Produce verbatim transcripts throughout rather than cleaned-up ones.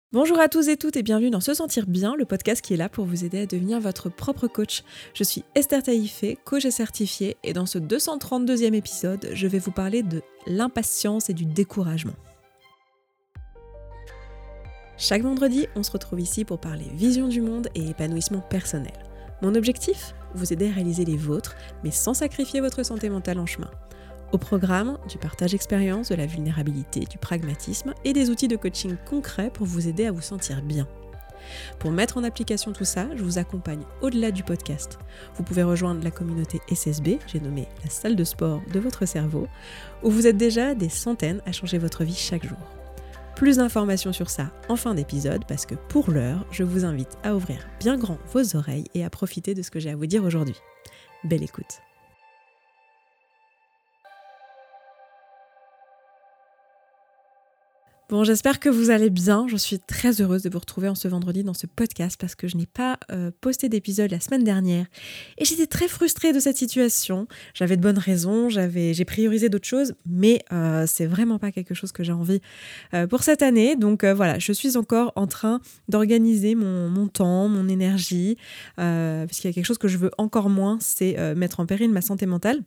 Bonjour à tous et toutes et bienvenue dans Se Sentir Bien, le podcast qui est là pour vous aider à devenir votre propre coach. Je suis Esther Taïfé, coach et certifiée, et dans ce deux cent trente-deuxième épisode, je vais vous parler de l'impatience et du découragement. Chaque vendredi, on se retrouve ici pour parler vision du monde et épanouissement personnel. Mon objectif ? Vous aider à réaliser les vôtres, mais sans sacrifier votre santé mentale en chemin. Au programme, du partage d'expérience, de la vulnérabilité, du pragmatisme et des outils de coaching concrets pour vous aider à vous sentir bien. Pour mettre en application tout ça, je vous accompagne au-delà du podcast. Vous pouvez rejoindre la communauté S S B, j'ai nommé la salle de sport de votre cerveau, où vous êtes déjà des centaines à changer votre vie chaque jour. Plus d'informations sur ça en fin d'épisode, parce que pour l'heure, je vous invite à ouvrir bien grand vos oreilles et à profiter de ce que j'ai à vous dire aujourd'hui. Belle écoute. Bon, j'espère que vous allez bien. Je suis très heureuse de vous retrouver en ce vendredi dans ce podcast parce que je n'ai pas euh, posté d'épisode la semaine dernière et j'étais très frustrée de cette situation. J'avais de bonnes raisons, j'avais, j'ai priorisé d'autres choses, mais euh, c'est vraiment pas quelque chose que j'ai envie euh, pour cette année. Donc euh, voilà, je suis encore en train d'organiser mon, mon temps, mon énergie, euh, parce qu'il y a quelque chose que je veux encore moins, c'est euh, mettre en péril ma santé mentale.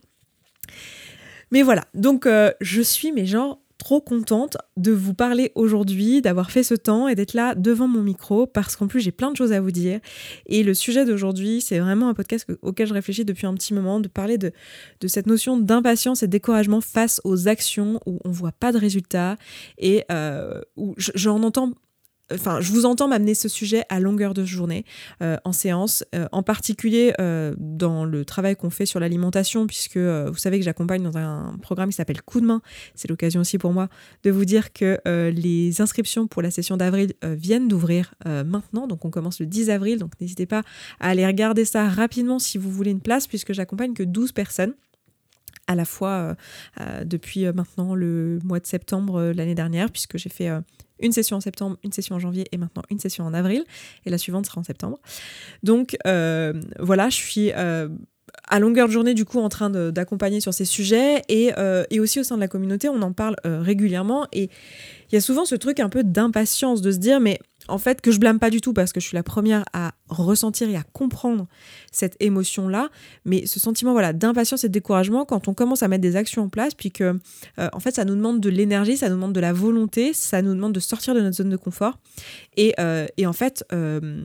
Mais voilà, donc euh, je suis mais genre trop contente de vous parler aujourd'hui, d'avoir fait ce temps et d'être là devant mon micro parce qu'en plus j'ai plein de choses à vous dire. Et le sujet d'aujourd'hui, c'est vraiment un podcast auquel je réfléchis depuis un petit moment, de parler de, de cette notion d'impatience et de découragement face aux actions où on voit pas de résultats et euh, où j'en entends... Enfin, je vous entends m'amener ce sujet à longueur de journée euh, en séance, euh, en particulier euh, dans le travail qu'on fait sur l'alimentation, puisque euh, vous savez que j'accompagne dans un programme qui s'appelle Coup de main. C'est l'occasion aussi pour moi de vous dire que euh, les inscriptions pour la session d'avril euh, viennent d'ouvrir euh, maintenant, donc on commence le dix avril, donc n'hésitez pas à aller regarder ça rapidement si vous voulez une place, puisque j'accompagne que douze personnes. À la fois euh, euh, depuis euh, maintenant le mois de septembre euh, l'année dernière, puisque j'ai fait euh, une session en septembre, une session en janvier et maintenant une session en avril, et la suivante sera en septembre. Donc euh, voilà, je suis euh, à longueur de journée du coup en train de, d'accompagner sur ces sujets, et, euh, et aussi au sein de la communauté, on en parle euh, régulièrement, et il y a souvent ce truc un peu d'impatience de se dire, mais en fait, que je blâme pas du tout parce que je suis la première à ressentir et à comprendre cette émotion-là, mais ce sentiment voilà, d'impatience et de découragement quand on commence à mettre des actions en place, puis que euh, en fait, ça nous demande de l'énergie, ça nous demande de la volonté, ça nous demande de sortir de notre zone de confort, et, euh, et en fait... Euh,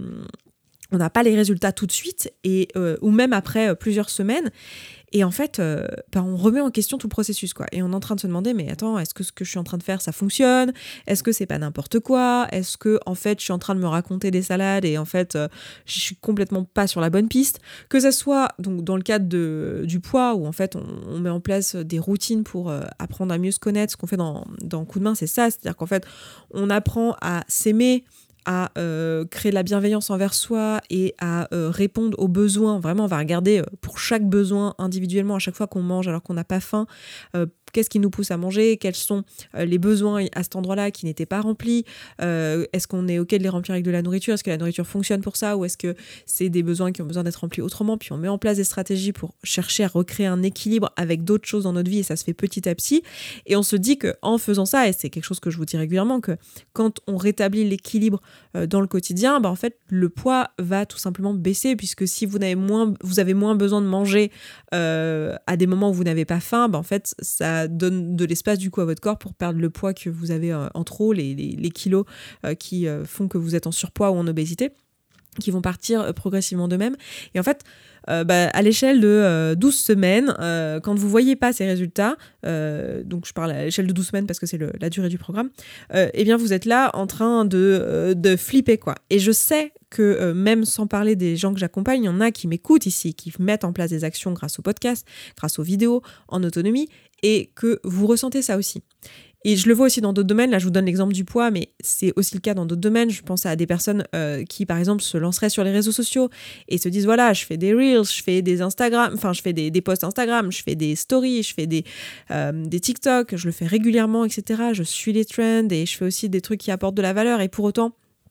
on n'a pas les résultats tout de suite, et, euh, ou même après euh, plusieurs semaines. Et en fait, euh, ben on remet en question tout le processus, quoi. Et on est en train de se demander, mais attends, est-ce que ce que je suis en train de faire, ça fonctionne ? Est-ce que c'est pas n'importe quoi ? Est-ce que, en fait, je suis en train de me raconter des salades et en fait, euh, je suis complètement pas sur la bonne piste ? Que ça soit donc dans le cadre de, du poids, où en fait, on, on met en place des routines pour euh, apprendre à mieux se connaître. Ce qu'on fait dans, dans Coup de main, c'est ça. C'est-à-dire qu'en fait, on apprend à s'aimer, à euh, créer de la bienveillance envers soi et à euh, répondre aux besoins. Vraiment, on va regarder euh, pour chaque besoin individuellement, à chaque fois qu'on mange alors qu'on n'a pas faim, euh, qu'est-ce qui nous pousse à manger, quels sont euh, les besoins à cet endroit-là qui n'étaient pas remplis, euh, est-ce qu'on est OK de les remplir avec de la nourriture, est-ce que la nourriture fonctionne pour ça, ou est-ce que c'est des besoins qui ont besoin d'être remplis autrement, puis on met en place des stratégies pour chercher à recréer un équilibre avec d'autres choses dans notre vie, et ça se fait petit à petit, et on se dit qu'en faisant ça, et c'est quelque chose que je vous dis régulièrement, que quand on rétablit l'équilibre euh, dans le quotidien, bah en fait, le poids va tout simplement baisser, puisque si vous avez moins, vous avez moins besoin de manger euh, à des moments où vous n'avez pas faim, bah en fait, ça donne de l'espace du coup à votre corps pour perdre le poids que vous avez euh, en trop, les, les, les kilos euh, qui euh, font que vous êtes en surpoids ou en obésité, qui vont partir euh, progressivement d'eux-mêmes. Et en fait, euh, bah, à l'échelle de euh, douze semaines, euh, quand vous ne voyez pas ces résultats, euh, donc je parle à l'échelle de douze semaines parce que c'est le, la durée du programme, euh, eh bien vous êtes là en train de, euh, de flipper, quoi. Et je sais que euh, même sans parler des gens que j'accompagne, il y en a qui m'écoutent ici, qui mettent en place des actions grâce au podcast, grâce aux vidéos, en autonomie, et que vous ressentez ça aussi. Et je le vois aussi dans d'autres domaines. Là, je vous donne l'exemple du poids, mais c'est aussi le cas dans d'autres domaines. Je pense à des personnes euh, qui, par exemple, se lanceraient sur les réseaux sociaux et se disent, voilà, je fais des Reels, je fais des Instagram, enfin, je fais des, des posts Instagram, je fais des stories, je fais des, euh, des TikTok, je le fais régulièrement, et cetera. Je suis les trends et je fais aussi des trucs qui apportent de la valeur. Et pour autant,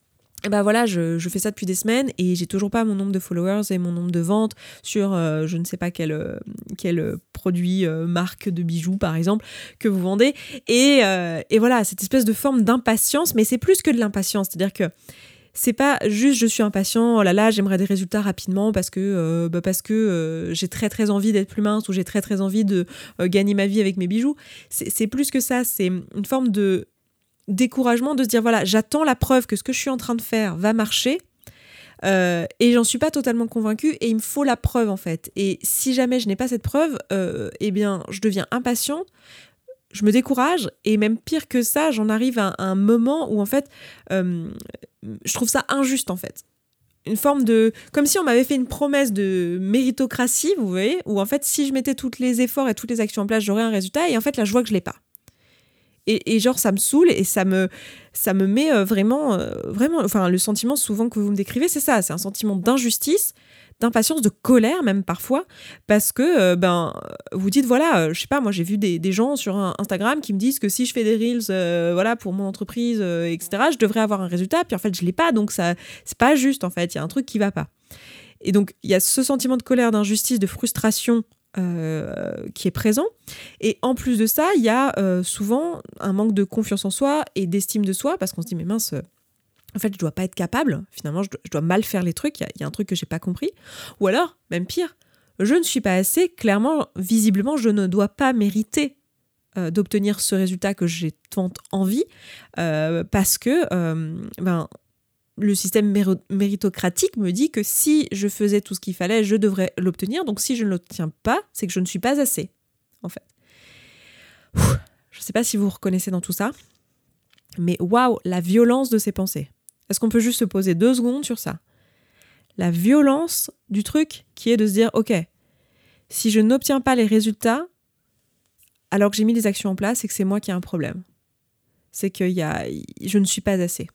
Et ben voilà, je, je fais ça depuis des semaines et j'ai toujours pas mon nombre de followers et mon nombre de ventes sur euh, je ne sais pas quel, euh, quel produit, euh, marque de bijoux par exemple, que vous vendez. Et, euh, et voilà, cette espèce de forme d'impatience, mais c'est plus que de l'impatience, c'est-à-dire que c'est pas juste je suis impatient, oh là là, j'aimerais des résultats rapidement parce que, euh, bah parce que euh, j'ai très très envie d'être plus mince ou j'ai très très envie de euh, gagner ma vie avec mes bijoux. C'est, c'est plus que ça, c'est une forme de découragement de se dire voilà, j'attends la preuve que ce que je suis en train de faire va marcher euh, et j'en suis pas totalement convaincue et il me faut la preuve en fait. Et si jamais je n'ai pas cette preuve, euh, eh bien je deviens impatiente, je me décourage et même pire que ça, j'en arrive à un moment où en fait euh, je trouve ça injuste en fait. Une forme de... Comme si on m'avait fait une promesse de méritocratie, vous voyez, où en fait si je mettais tous les efforts et toutes les actions en place, j'aurais un résultat et en fait là je vois que je l'ai pas. Et, et genre ça me saoule et ça me, ça me met euh, vraiment, euh, vraiment, enfin le sentiment souvent que vous me décrivez, c'est ça, c'est un sentiment d'injustice, d'impatience, de colère même parfois, parce que euh, ben vous dites voilà, euh, je sais pas, moi j'ai vu des, des gens sur Instagram qui me disent que si je fais des reels, euh, voilà pour mon entreprise, euh, et cetera, je devrais avoir un résultat, puis en fait je l'ai pas, donc ça, c'est pas juste en fait, il y a un truc qui va pas. Et donc il y a ce sentiment de colère, d'injustice, de frustration. Euh, qui est présent. Et en plus de ça, il y a euh, souvent un manque de confiance en soi et d'estime de soi, parce qu'on se dit, mais mince, euh, en fait, je dois pas être capable. Finalement, je dois, je dois mal faire les trucs. Il y, y a un truc que j'ai pas compris. Ou alors, même pire, je ne suis pas assez. Clairement, visiblement, je ne dois pas mériter euh, d'obtenir ce résultat que j'ai tant envie, euh, parce que, euh, ben, le système méro- méritocratique me dit que si je faisais tout ce qu'il fallait, je devrais l'obtenir. Donc si je ne l'obtiens pas, c'est que je ne suis pas assez, en fait. Ouh, je ne sais pas si vous vous reconnaissez dans tout ça, mais waouh, la violence de ces pensées. Est-ce qu'on peut juste se poser deux secondes sur ça ? La violence du truc qui est de se dire, ok, si je n'obtiens pas les résultats, alors que j'ai mis des actions en place, c'est que c'est moi qui ai un problème. C'est que y a, je ne suis pas assez.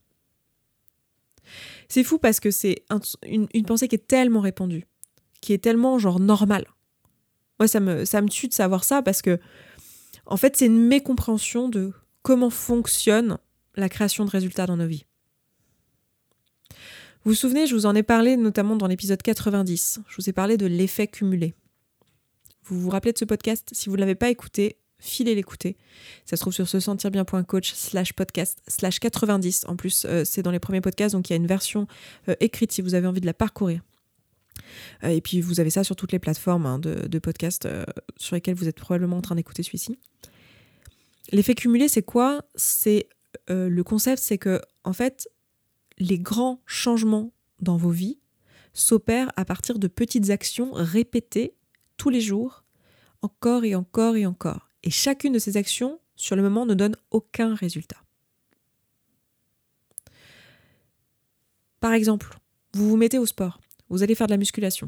C'est fou parce que c'est un, une, une pensée qui est tellement répandue, qui est tellement genre normale. Moi, ça me, ça me tue de savoir ça parce que, en fait, c'est une mécompréhension de comment fonctionne la création de résultats dans nos vies. Vous vous souvenez, je vous en ai parlé notamment dans l'épisode quatre-vingt-dix. Je vous ai parlé de l'effet cumulé. Vous vous rappelez de ce podcast ? Si vous ne l'avez pas écouté, filez l'écouter. Ça se trouve sur se sentir bien point coach slash podcast slash quatre-vingt-dix. En plus, euh, c'est dans les premiers podcasts, donc il y a une version euh, écrite si vous avez envie de la parcourir. Euh, et puis, vous avez ça sur toutes les plateformes hein, de, de podcasts euh, sur lesquelles vous êtes probablement en train d'écouter celui-ci. L'effet cumulé, c'est quoi ? C'est euh, le concept, c'est que en fait, les grands changements dans vos vies s'opèrent à partir de petites actions répétées tous les jours, encore et encore et encore. Et chacune de ces actions, sur le moment, ne donne aucun résultat. Par exemple, vous vous mettez au sport, vous allez faire de la musculation.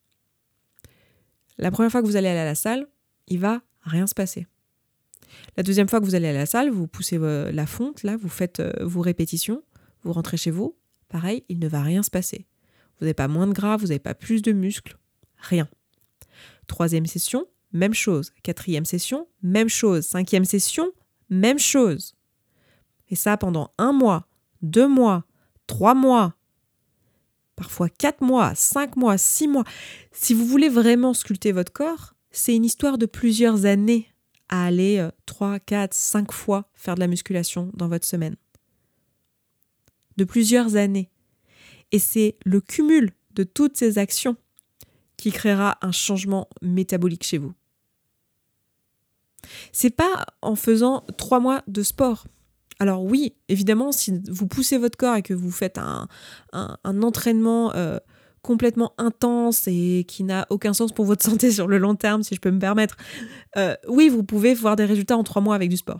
La première fois que vous allez aller à la salle, il va rien se passer. La deuxième fois que vous allez à la salle, vous poussez la fonte, là, vous faites vos répétitions, vous rentrez chez vous, pareil, il ne va rien se passer. Vous n'avez pas moins de gras, vous n'avez pas plus de muscles, rien. Troisième session, même chose. Quatrième session, même chose. Cinquième session, même chose. Et ça pendant un mois, deux mois, trois mois, parfois quatre mois, cinq mois, six mois. Si vous voulez vraiment sculpter votre corps, c'est une histoire de plusieurs années à aller euh, trois, quatre, cinq fois faire de la musculation dans votre semaine. De plusieurs années. Et c'est le cumul de toutes ces actions qui créera un changement métabolique chez vous. C'est pas en faisant trois mois de sport. Alors oui, évidemment, si vous poussez votre corps et que vous faites un, un, un entraînement euh, complètement intense et qui n'a aucun sens pour votre santé sur le long terme, si je peux me permettre, euh, oui, vous pouvez voir des résultats en trois mois avec du sport.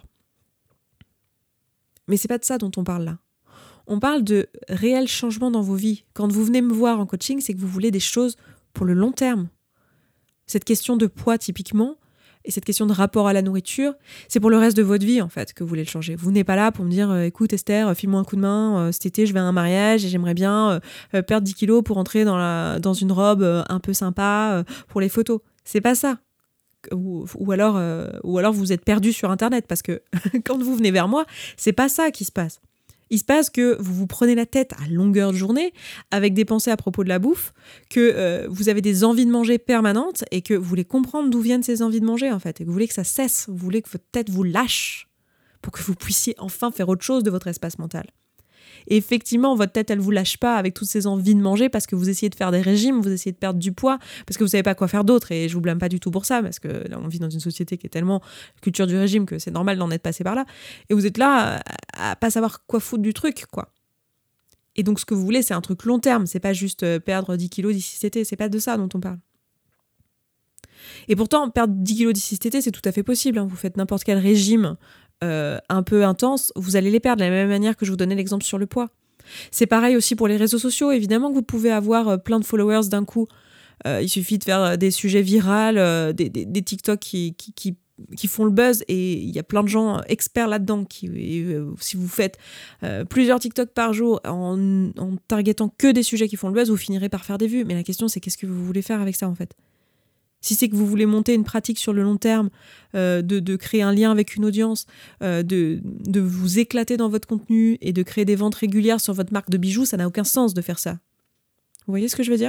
Mais c'est pas de ça dont on parle là. On parle de réels changements dans vos vies. Quand vous venez me voir en coaching, c'est que vous voulez des choses pour le long terme. Cette question de poids, typiquement, et cette question de rapport à la nourriture, c'est pour le reste de votre vie, en fait, que vous voulez le changer. Vous n'êtes pas là pour me dire, euh, écoute Esther, file-moi un coup de main, euh, cet été je vais à un mariage et j'aimerais bien euh, perdre dix kilos pour entrer dans, la, dans une robe euh, un peu sympa euh, pour les photos. C'est pas ça. Ou, ou, alors, euh, ou alors vous êtes perdu sur Internet, parce que quand vous venez vers moi, c'est pas ça qui se passe. Il se passe que vous vous prenez la tête à longueur de journée avec des pensées à propos de la bouffe, que euh, vous avez des envies de manger permanentes et que vous voulez comprendre d'où viennent ces envies de manger en fait, et que vous voulez que ça cesse, vous voulez que votre tête vous lâche pour que vous puissiez enfin faire autre chose de votre espace mental. Et effectivement, votre tête, elle vous lâche pas avec toutes ces envies de manger parce que vous essayez de faire des régimes, vous essayez de perdre du poids, parce que vous savez pas quoi faire d'autre. Et je vous blâme pas du tout pour ça, parce que là, on vit dans une société qui est tellement culture du régime que c'est normal d'en être passé par là. Et vous êtes là à, à pas savoir quoi foutre du truc, quoi. Et donc, ce que vous voulez, c'est un truc long terme. C'est pas juste perdre dix kilos d'ici cet été. C'est pas de ça dont on parle. Et pourtant, perdre dix kilos d'ici cet été, c'est tout à fait possible. Hein. Vous faites n'importe quel régime Euh, un peu intense, vous allez les perdre de la même manière que je vous donnais l'exemple sur le poids. C'est pareil aussi pour les réseaux sociaux. Évidemment que vous pouvez avoir euh, plein de followers d'un coup. Euh, il suffit de faire des sujets virals, euh, des, des, des TikTok qui, qui, qui, qui font le buzz, et il y a plein de gens experts là-dedans. Qui, et, euh, si vous faites euh, plusieurs TikTok par jour en, en targetant que des sujets qui font le buzz, vous finirez par faire des vues. Mais la question, c'est qu'est-ce que vous voulez faire avec ça en fait ? Si c'est que vous voulez monter une pratique sur le long terme, euh, de, de créer un lien avec une audience, euh, de, de vous éclater dans votre contenu et de créer des ventes régulières sur votre marque de bijoux, ça n'a aucun sens de faire ça. Vous voyez ce que je veux dire ?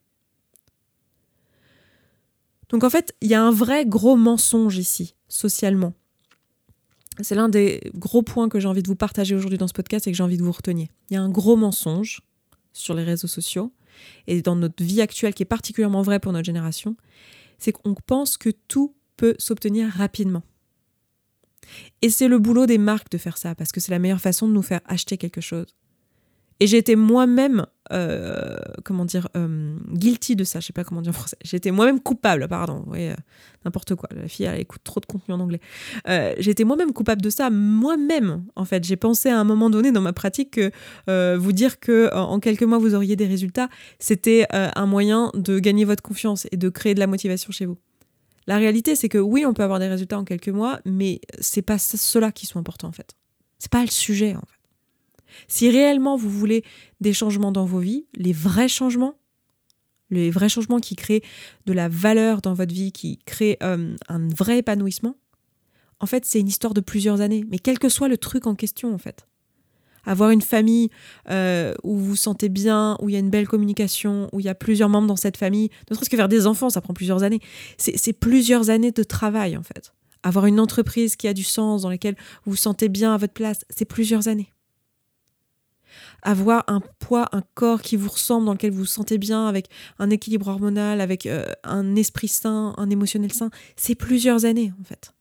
Donc en fait, il y a un vrai gros mensonge ici, socialement. C'est l'un des gros points que j'ai envie de vous partager aujourd'hui dans ce podcast et que j'ai envie de vous retenir. Il y a un gros mensonge sur les réseaux sociaux et dans notre vie actuelle qui est particulièrement vrai pour notre génération, c'est qu'on pense que tout peut s'obtenir rapidement. Et c'est le boulot des marques de faire ça, parce que c'est la meilleure façon de nous faire acheter quelque chose. Et j'ai été moi-même, euh, comment dire, euh, guilty de ça, je sais pas comment dire en français. J'ai été moi-même coupable, pardon, vous voyez, euh, n'importe quoi. La fille, elle écoute trop de contenu en anglais. Euh, j'ai été moi-même coupable de ça, moi-même, en fait. J'ai pensé à un moment donné dans ma pratique que euh, vous dire que en quelques mois vous auriez des résultats, c'était euh, un moyen de gagner votre confiance et de créer de la motivation chez vous. La réalité, c'est que oui, on peut avoir des résultats en quelques mois, mais c'est pas ceux-là qui sont importants, en fait. C'est pas le sujet, en fait. Si réellement vous voulez des changements dans vos vies, les vrais changements, les vrais changements qui créent de la valeur dans votre vie, qui créent euh, un vrai épanouissement, en fait, c'est une histoire de plusieurs années. Mais quel que soit le truc en question, en fait. Avoir une famille euh, où vous vous sentez bien, où il y a une belle communication, où il y a plusieurs membres dans cette famille, ne serait-ce que faire des enfants, ça prend plusieurs années. C'est, c'est plusieurs années de travail, en fait. Avoir une entreprise qui a du sens, dans laquelle vous vous sentez bien à votre place, c'est plusieurs années. Avoir un poids, un corps qui vous ressemble, dans lequel vous vous sentez bien, avec un équilibre hormonal, avec euh, un esprit sain, un émotionnel sain, c'est plusieurs années, en fait.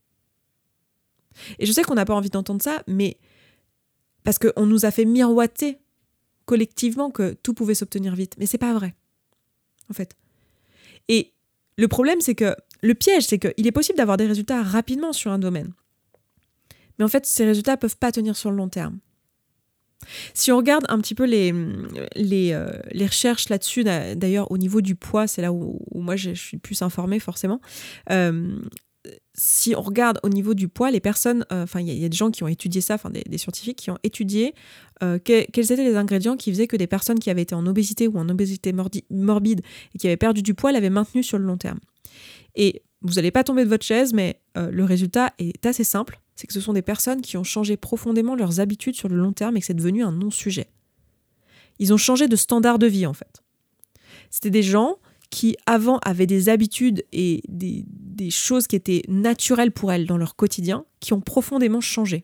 Et je sais qu'on n'a pas envie d'entendre ça, mais parce qu'on nous a fait miroiter collectivement que tout pouvait s'obtenir vite. Mais c'est pas vrai, en fait. Et le problème, c'est que, le piège, c'est qu'il est possible d'avoir des résultats rapidement sur un domaine. Mais en fait, ces résultats ne peuvent pas tenir sur le long terme. Si on regarde un petit peu les, les, euh, les recherches là-dessus, d'ailleurs au niveau du poids, c'est là où, où moi je suis plus informée forcément, euh, si on regarde au niveau du poids, les personnes, enfin euh, il y, y a des gens qui ont étudié ça, enfin des, des scientifiques qui ont étudié euh, que, quels étaient les ingrédients qui faisaient que des personnes qui avaient été en obésité ou en obésité mordi, morbide et qui avaient perdu du poids l'avaient maintenu sur le long terme. Et vous n'allez pas tomber de votre chaise, mais euh, le résultat est assez simple. C'est que ce sont des personnes qui ont changé profondément leurs habitudes sur le long terme et que c'est devenu un non-sujet. Ils ont changé de standard de vie, en fait. C'était des gens qui, avant, avaient des habitudes et des, des choses qui étaient naturelles pour elles dans leur quotidien, qui ont profondément changé.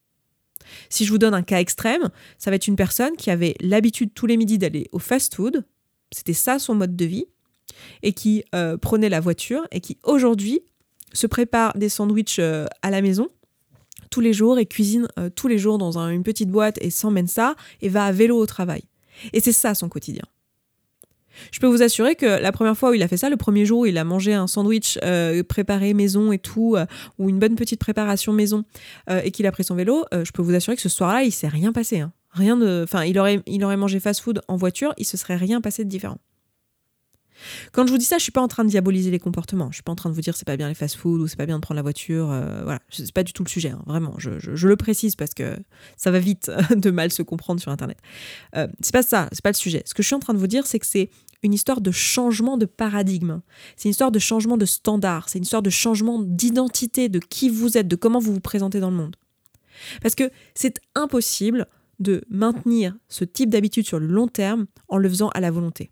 Si je vous donne un cas extrême, ça va être une personne qui avait l'habitude tous les midis d'aller au fast-food, c'était ça son mode de vie, et qui euh, prenait la voiture et qui, aujourd'hui, se prépare des sandwichs euh, à la maison, tous les jours et cuisine euh, tous les jours dans un, une petite boîte et s'emmène ça et va à vélo au travail. Et c'est ça son quotidien. Je peux vous assurer que la première fois où il a fait ça, le premier jour où il a mangé un sandwich euh, préparé maison et tout, euh, ou une bonne petite préparation maison euh, et qu'il a pris son vélo, euh, je peux vous assurer que ce soir-là, il ne s'est rien passé. Hein. Rien de, enfin, il aurait, il aurait mangé fast-food en voiture, il ne se serait rien passé de différent. Quand je vous dis ça, je suis pas en train de diaboliser les comportements. Je suis pas en train de vous dire c'est pas bien les fast-food ou c'est pas bien de prendre la voiture. Euh, voilà, c'est pas du tout le sujet. Hein, vraiment, je, je, je le précise parce que ça va vite de mal se comprendre sur Internet. Euh, c'est pas ça, c'est pas le sujet. Ce que je suis en train de vous dire, c'est que c'est une histoire de changement de paradigme. C'est une histoire de changement de standard. C'est une histoire de changement d'identité, de qui vous êtes, de comment vous vous présentez dans le monde. Parce que c'est impossible de maintenir ce type d'habitude sur le long terme en le faisant à la volonté.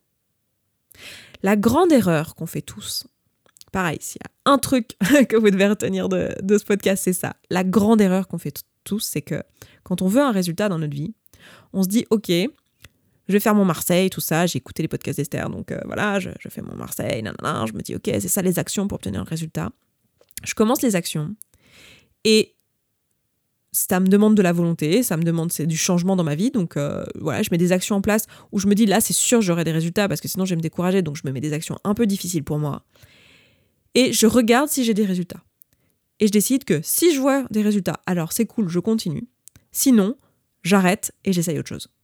La grande erreur qu'on fait tous, pareil, s'il y a un truc que vous devez retenir de, de ce podcast, c'est ça. La grande erreur qu'on fait t- tous, c'est que quand on veut un résultat dans notre vie, on se dit « Ok, je vais faire mon Marseille, tout ça, j'ai écouté les podcasts d'Esther, donc euh, voilà, je, je fais mon Marseille, nanana, je me dis « Ok, c'est ça les actions pour obtenir un résultat. » Je commence les actions et ça me demande de la volonté, ça me demande c'est du changement dans ma vie, donc euh, voilà, je mets des actions en place où je me dis « Là, c'est sûr, j'aurai des résultats parce que sinon je vais me décourager, donc je me mets des actions un peu difficiles pour moi. » Et je regarde si j'ai des résultats. Et je décide que si je vois des résultats, alors c'est cool, je continue. Sinon, j'arrête et j'essaye autre chose.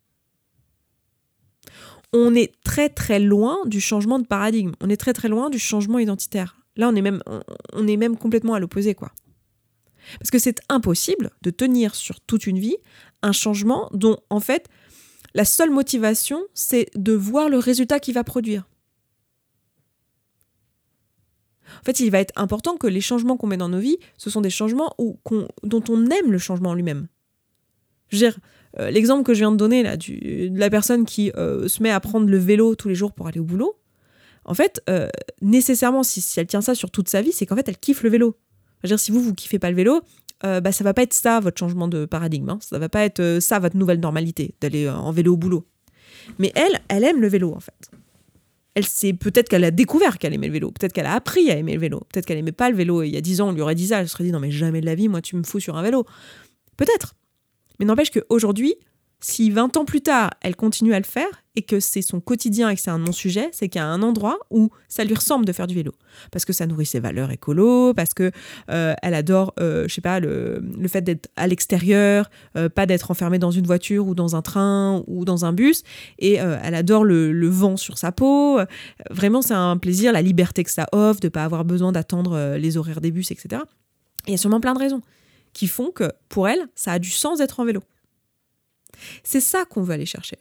On est très très loin du changement de paradigme. On est très très loin du changement identitaire. Là, on est même, on, on est même complètement à l'opposé, quoi. Parce que c'est impossible de tenir sur toute une vie un changement dont, en fait, la seule motivation, c'est de voir le résultat qu'il va produire. En fait, il va être important que les changements qu'on met dans nos vies, ce sont des changements où, qu'on, dont on aime le changement en lui-même. Je veux dire, euh, l'exemple que je viens de donner, là, du, de la personne qui euh, se met à prendre le vélo tous les jours pour aller au boulot, en fait, euh, nécessairement, si, si elle tient ça sur toute sa vie, c'est qu'en fait, elle kiffe le vélo. Je veux dire, si vous, vous kiffez pas le vélo, euh, bah, ça va pas être ça, votre changement de paradigme. Hein. Ça va pas être euh, ça, votre nouvelle normalité, d'aller euh, en vélo au boulot. Mais elle, elle aime le vélo, en fait. Elle sait, peut-être qu'elle a découvert qu'elle aimait le vélo, peut-être qu'elle a appris à aimer le vélo, peut-être qu'elle aimait pas le vélo, et il y a dix ans, on lui aurait dit ça, elle se serait dit « Non mais jamais de la vie, moi tu me fous sur un vélo ». Peut-être. Mais n'empêche qu'aujourd'hui, si vingt ans plus tard, elle continue à le faire, et que c'est son quotidien et que c'est un non-sujet, c'est qu'il y a un endroit où ça lui ressemble de faire du vélo. Parce que ça nourrit ses valeurs écolo, parce que euh, elle adore, euh, je sais pas, le, le fait d'être à l'extérieur, euh, pas d'être enfermée dans une voiture ou dans un train ou dans un bus, et euh, elle adore le, le vent sur sa peau. Vraiment, c'est un plaisir, la liberté que ça offre, de pas avoir besoin d'attendre euh, les horaires des bus, et cetera. Et il y a sûrement plein de raisons qui font que, pour elle, ça a du sens d'être en vélo. C'est ça qu'on veut aller chercher.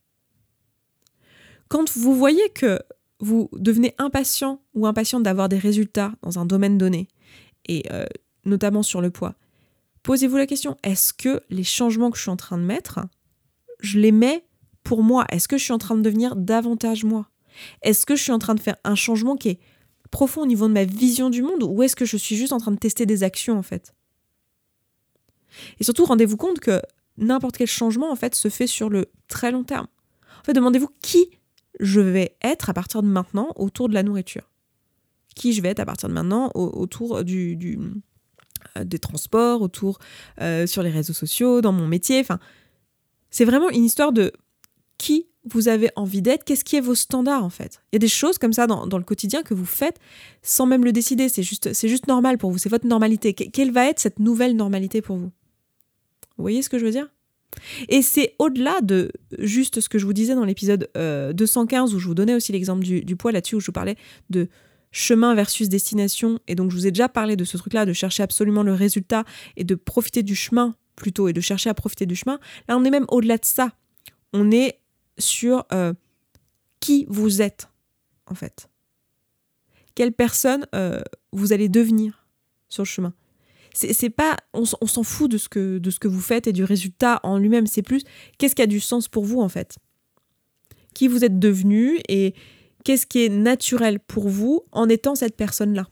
Quand vous voyez que vous devenez impatient ou impatiente d'avoir des résultats dans un domaine donné, et euh, notamment sur le poids, posez-vous la question, est-ce que les changements que je suis en train de mettre, je les mets pour moi? Est-ce que je suis en train de devenir davantage moi? Est-ce que je suis en train de faire un changement qui est profond au niveau de ma vision du monde, ou est-ce que je suis juste en train de tester des actions, en fait? Et surtout, rendez-vous compte que n'importe quel changement, en fait, se fait sur le très long terme. En fait, demandez-vous qui je vais être à partir de maintenant autour de la nourriture. Qui je vais être à partir de maintenant au, autour du, du, euh, des transports, autour euh, sur les réseaux sociaux, dans mon métier. Enfin, c'est vraiment une histoire de qui vous avez envie d'être, qu'est-ce qui est vos standards, en fait. Il y a des choses comme ça dans, dans le quotidien que vous faites sans même le décider. C'est juste, c'est juste normal pour vous, c'est votre normalité. Que, quelle va être cette nouvelle normalité pour vous? Vous voyez ce que je veux dire? Et c'est au-delà de juste ce que je vous disais dans l'épisode euh, deux cent quinze, où je vous donnais aussi l'exemple du, du poids là-dessus, où je vous parlais de chemin versus destination. Et donc, je vous ai déjà parlé de ce truc-là, de chercher absolument le résultat et de profiter du chemin plutôt, et de chercher à profiter du chemin. Là, on est même au-delà de ça. On est sur euh, qui vous êtes, en fait. Quelle personne euh, vous allez devenir sur le chemin. C'est, c'est pas, on, on s'en fout de ce, que, de ce que vous faites et du résultat en lui-même. C'est plus, qu'est-ce qui a du sens pour vous, en fait? Qui vous êtes devenu et qu'est-ce qui est naturel pour vous en étant cette personne-là?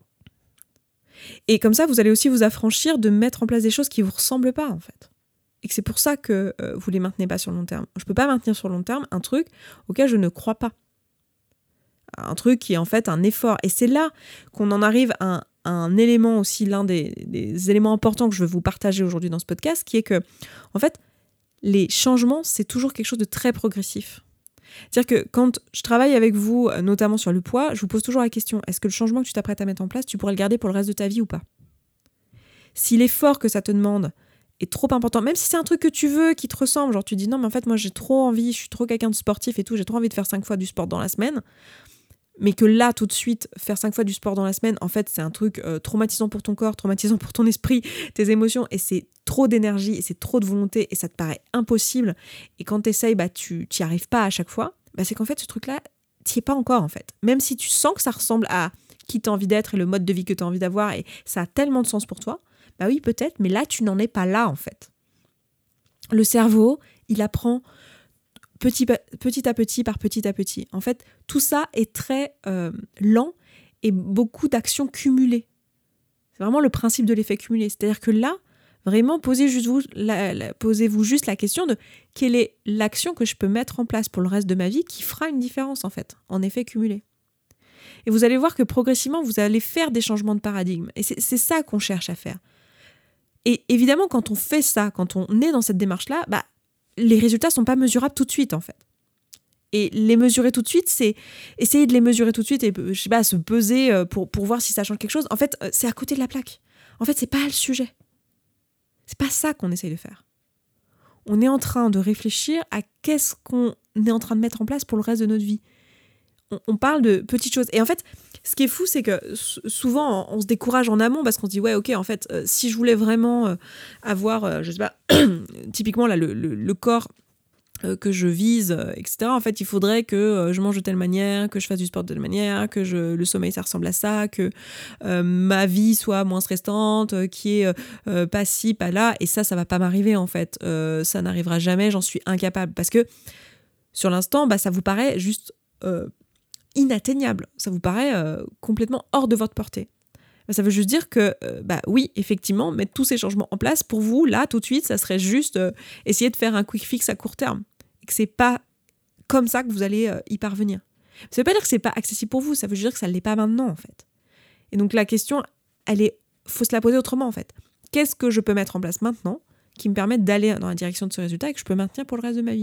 Et comme ça, vous allez aussi vous affranchir de mettre en place des choses qui ne vous ressemblent pas, en fait. Et que c'est pour ça que euh, vous ne les maintenez pas sur le long terme. Je ne peux pas maintenir sur le long terme un truc auquel je ne crois pas. Un truc qui est en fait un effort. Et c'est là qu'on en arrive à un un élément aussi, l'un des, des éléments importants que je veux vous partager aujourd'hui dans ce podcast, qui est que, en fait, les changements, c'est toujours quelque chose de très progressif. C'est-à-dire que quand je travaille avec vous, notamment sur le poids, je vous pose toujours la question, est-ce que le changement que tu t'apprêtes à mettre en place, tu pourrais le garder pour le reste de ta vie ou pas? Si l'effort que ça te demande est trop important, même si c'est un truc que tu veux, qui te ressemble, genre tu dis non mais en fait moi j'ai trop envie, je suis trop quelqu'un de sportif et tout, j'ai trop envie de faire cinq fois du sport dans la semaine, mais que là, tout de suite, faire cinq fois du sport dans la semaine, en fait, c'est un truc euh, traumatisant pour ton corps, traumatisant pour ton esprit, tes émotions, et c'est trop d'énergie, et c'est trop de volonté, et ça te paraît impossible, et quand t'essayes, bah, tu t'y arrives pas à chaque fois, bah, c'est qu'en fait, ce truc-là, t'y es pas encore, en fait. Même si tu sens que ça ressemble à qui t'as envie d'être et le mode de vie que t'as envie d'avoir, et ça a tellement de sens pour toi, Bah oui, peut-être, mais là, tu n'en es pas là, en fait. Le cerveau, il apprend petit, petit à petit, par petit à petit. En fait, tout ça est très euh, lent et beaucoup d'actions cumulées. C'est vraiment le principe de l'effet cumulé. C'est-à-dire que là, vraiment, posez juste vous, la, la, posez-vous juste la question de quelle est l'action que je peux mettre en place pour le reste de ma vie qui fera une différence, en fait, en effet cumulé. Et vous allez voir que progressivement, vous allez faire des changements de paradigme. Et c'est, c'est ça qu'on cherche à faire. Et évidemment, quand on fait ça, quand on est dans cette démarche-là, bah, les résultats ne sont pas mesurables tout de suite, en fait. Et les mesurer tout de suite, c'est essayer de les mesurer tout de suite et, je sais pas, se peser pour, pour voir si ça change quelque chose. En fait, c'est à côté de la plaque. En fait, c'est pas le sujet. C'est pas ça qu'on essaye de faire. On est en train de réfléchir à qu'est-ce qu'on est en train de mettre en place pour le reste de notre vie. On, on parle de petites choses. Et en fait, ce qui est fou, c'est que souvent, on se décourage en amont parce qu'on se dit, ouais, ok, en fait, euh, si je voulais vraiment euh, avoir, euh, je sais pas, typiquement, là, le, le, le corps euh, que je vise, euh, et cetera, en fait, il faudrait que euh, je mange de telle manière, que je fasse du sport de telle manière, que je, le sommeil, ça ressemble à ça, que euh, ma vie soit moins stressante, euh, qui est euh, pas ci, pas là. Et ça, ça va pas m'arriver, en fait. Euh, ça n'arrivera jamais, j'en suis incapable. Parce que, sur l'instant, bah, ça vous paraît juste... Euh, inatteignable, ça vous paraît euh, complètement hors de votre portée. Ça veut juste dire que, euh, bah oui, effectivement, mettre tous ces changements en place, pour vous, là, tout de suite, ça serait juste euh, essayer de faire un quick fix à court terme. Et que c'est pas comme ça que vous allez euh, y parvenir. Ça veut pas dire que c'est pas accessible pour vous, ça veut juste dire que ça l'est pas maintenant, en fait. Et donc la question, elle est, faut se la poser autrement, en fait. Qu'est-ce que je peux mettre en place maintenant qui me permette d'aller dans la direction de ce résultat et que je peux maintenir pour le reste de ma vie ?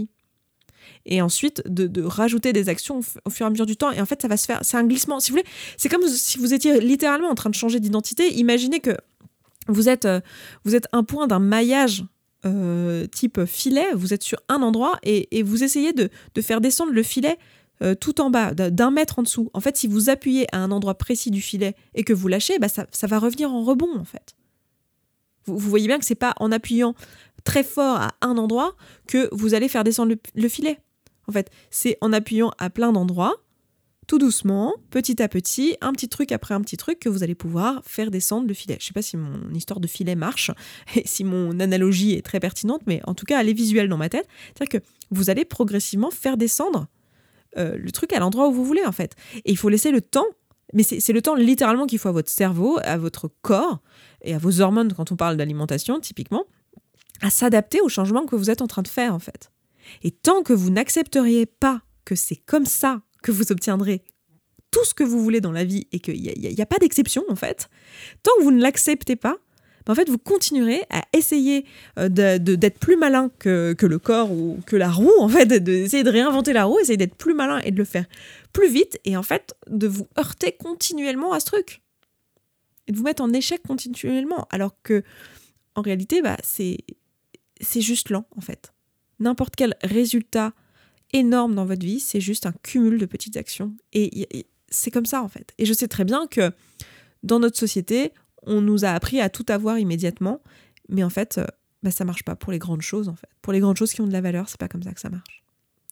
Et ensuite de, de rajouter des actions au, f- au fur et à mesure du temps. Et en fait, ça va se faire, c'est un glissement. Si vous voulez, c'est comme si vous étiez littéralement en train de changer d'identité. Imaginez que vous êtes, euh, vous êtes un point d'un maillage euh, type filet, vous êtes sur un endroit et, et vous essayez de, de faire descendre le filet euh, tout en bas, d'un mètre en dessous. En fait, si vous appuyez à un endroit précis du filet et que vous lâchez, bah ça, ça va revenir en rebond, en fait. Vous, vous voyez bien que c'est pas en appuyant très fort à un endroit que vous allez faire descendre le, le filet. En fait, c'est en appuyant à plein d'endroits, tout doucement, petit à petit, un petit truc après un petit truc, que vous allez pouvoir faire descendre le filet. Je ne sais pas si mon histoire de filet marche et si mon analogie est très pertinente, mais en tout cas, elle est visuelle dans ma tête. C'est-à-dire que vous allez progressivement faire descendre euh, le truc à l'endroit où vous voulez, en fait. Et il faut laisser le temps, mais c'est, c'est le temps littéralement qu'il faut à votre cerveau, à votre corps et à vos hormones quand on parle d'alimentation, typiquement, à s'adapter aux changements que vous êtes en train de faire, en fait. Et tant que vous n'accepteriez pas que c'est comme ça que vous obtiendrez tout ce que vous voulez dans la vie et qu'il n'y a, a, a pas d'exception, en fait, tant que vous ne l'acceptez pas, ben en fait, vous continuerez à essayer de, de, d'être plus malin que, que le corps ou que la roue, en fait, d'essayer de réinventer la roue, essayer d'être plus malin et de le faire plus vite et en fait, de vous heurter continuellement à ce truc. Et de vous mettre en échec continuellement. Alors que, en réalité, bah, c'est... c'est juste lent, en fait. N'importe quel résultat énorme dans votre vie, c'est juste un cumul de petites actions. Et, et c'est comme ça, en fait. Et je sais très bien que dans notre société, on nous a appris à tout avoir immédiatement, mais en fait, euh, bah, ça marche pas pour les grandes choses, en fait. Pour les grandes choses qui ont de la valeur, c'est pas comme ça que ça marche.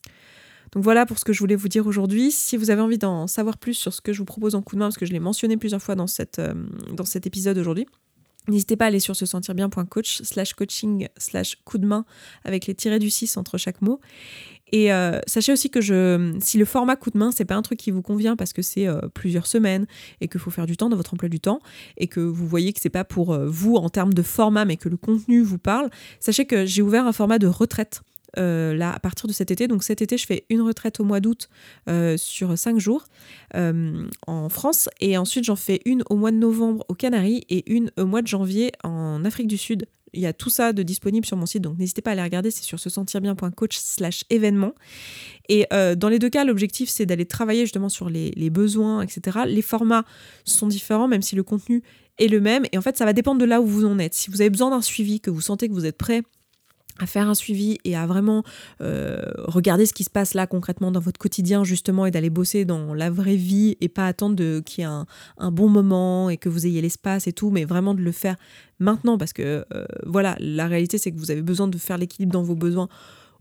Donc voilà pour ce que je voulais vous dire aujourd'hui. Si vous avez envie d'en savoir plus sur ce que je vous propose en coup de main, parce que je l'ai mentionné plusieurs fois dans, cette, euh, dans cet épisode aujourd'hui, n'hésitez pas à aller sur se sentir bien point coach slash coaching slash coup de main avec les tirets du six entre chaque mot. Et euh, sachez aussi que je, si le format coup de main, c'est pas un truc qui vous convient parce que c'est euh, plusieurs semaines et qu'il faut faire du temps dans votre emploi du temps et que vous voyez que c'est pas pour euh, vous en termes de format mais que le contenu vous parle, sachez que j'ai ouvert un format de retraite. Euh, là, à partir de cet été. Donc cet été, je fais une retraite au mois d'août euh, sur cinq jours euh, en France. Et ensuite, j'en fais une au mois de novembre aux Canaries et une au mois de janvier en Afrique du Sud. Il y a tout ça de disponible sur mon site, donc n'hésitez pas à aller regarder, c'est sur se sentir bien point coach slash événement. Et euh, dans les deux cas, l'objectif, c'est d'aller travailler justement sur les, les besoins, et cetera. Les formats sont différents, même si le contenu est le même. Et en fait, ça va dépendre de là où vous en êtes. Si vous avez besoin d'un suivi, que vous sentez que vous êtes prêt à faire un suivi et à vraiment euh, regarder ce qui se passe là concrètement dans votre quotidien justement et d'aller bosser dans la vraie vie et pas attendre de, qu'il y ait un, un bon moment et que vous ayez l'espace et tout, mais vraiment de le faire maintenant parce que euh, voilà, la réalité c'est que vous avez besoin de faire l'équilibre dans vos besoins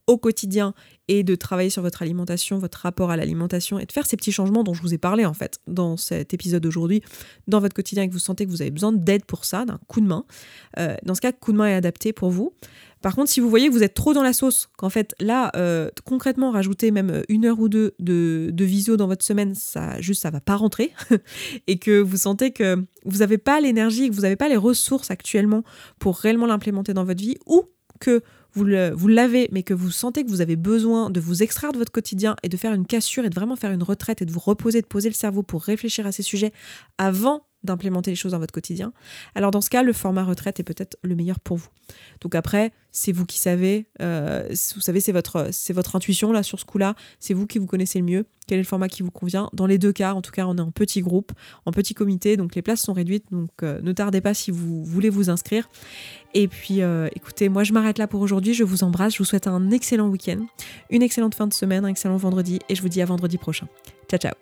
au quotidien et de travailler sur votre alimentation, votre rapport à l'alimentation et de faire ces petits changements dont je vous ai parlé en fait dans cet épisode d'aujourd'hui dans votre quotidien et que vous sentez que vous avez besoin d'aide pour ça, d'un coup de main, euh, dans ce cas, coup de main est adapté pour vous. Par contre, si vous voyez que vous êtes trop dans la sauce, qu'en fait là, euh, concrètement, rajouter même une heure ou deux de, de visio dans votre semaine, ça juste ça va pas rentrer et que vous sentez que vous n'avez pas l'énergie, que vous n'avez pas les ressources actuellement pour réellement l'implémenter dans votre vie, ou que vous, le, vous l'avez, mais que vous sentez que vous avez besoin de vous extraire de votre quotidien et de faire une cassure et de vraiment faire une retraite et de vous reposer, de poser le cerveau pour réfléchir à ces sujets avant d'implémenter les choses dans votre quotidien, alors dans ce cas, le format retraite est peut-être le meilleur pour vous. Donc après, c'est vous qui savez, euh, vous savez, c'est votre, c'est votre intuition là sur ce coup-là, c'est vous qui vous connaissez le mieux, quel est le format qui vous convient. Dans les deux cas, en tout cas, on est en petit groupe, en petit comité, donc les places sont réduites, donc euh, ne tardez pas si vous voulez vous inscrire. Et puis, euh, écoutez, moi je m'arrête là pour aujourd'hui, je vous embrasse, je vous souhaite un excellent week-end, une excellente fin de semaine, un excellent vendredi, et je vous dis à vendredi prochain. Ciao, ciao.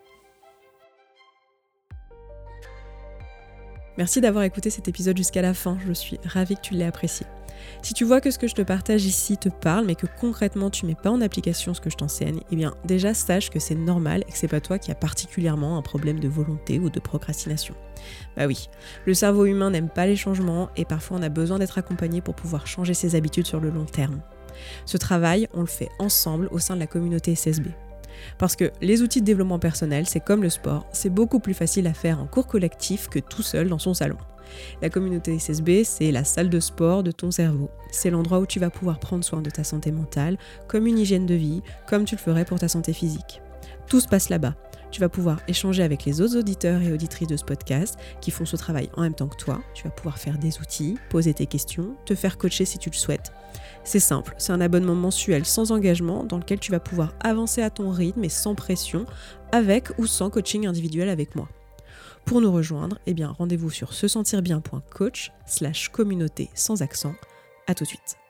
Merci d'avoir écouté cet épisode jusqu'à la fin, je suis ravie que tu l'aies apprécié. Si tu vois que ce que je te partage ici te parle, mais que concrètement tu mets pas en application ce que je t'enseigne, eh bien déjà sache que c'est normal et que c'est pas toi qui as particulièrement un problème de volonté ou de procrastination. Bah oui, le cerveau humain n'aime pas les changements et parfois on a besoin d'être accompagné pour pouvoir changer ses habitudes sur le long terme. Ce travail, on le fait ensemble au sein de la communauté S S B. Parce que les outils de développement personnel, c'est comme le sport, c'est beaucoup plus facile à faire en cours collectif que tout seul dans son salon. La communauté S S B, c'est la salle de sport de ton cerveau. C'est l'endroit où tu vas pouvoir prendre soin de ta santé mentale, comme une hygiène de vie, comme tu le ferais pour ta santé physique. Tout se passe là-bas. Tu vas pouvoir échanger avec les autres auditeurs et auditrices de ce podcast qui font ce travail en même temps que toi. Tu vas pouvoir faire des outils, poser tes questions, te faire coacher si tu le souhaites. C'est simple, c'est un abonnement mensuel sans engagement dans lequel tu vas pouvoir avancer à ton rythme et sans pression, avec ou sans coaching individuel avec moi. Pour nous rejoindre, eh bien rendez-vous sur se sentir bien point coach slash communauté sans accent. À tout de suite.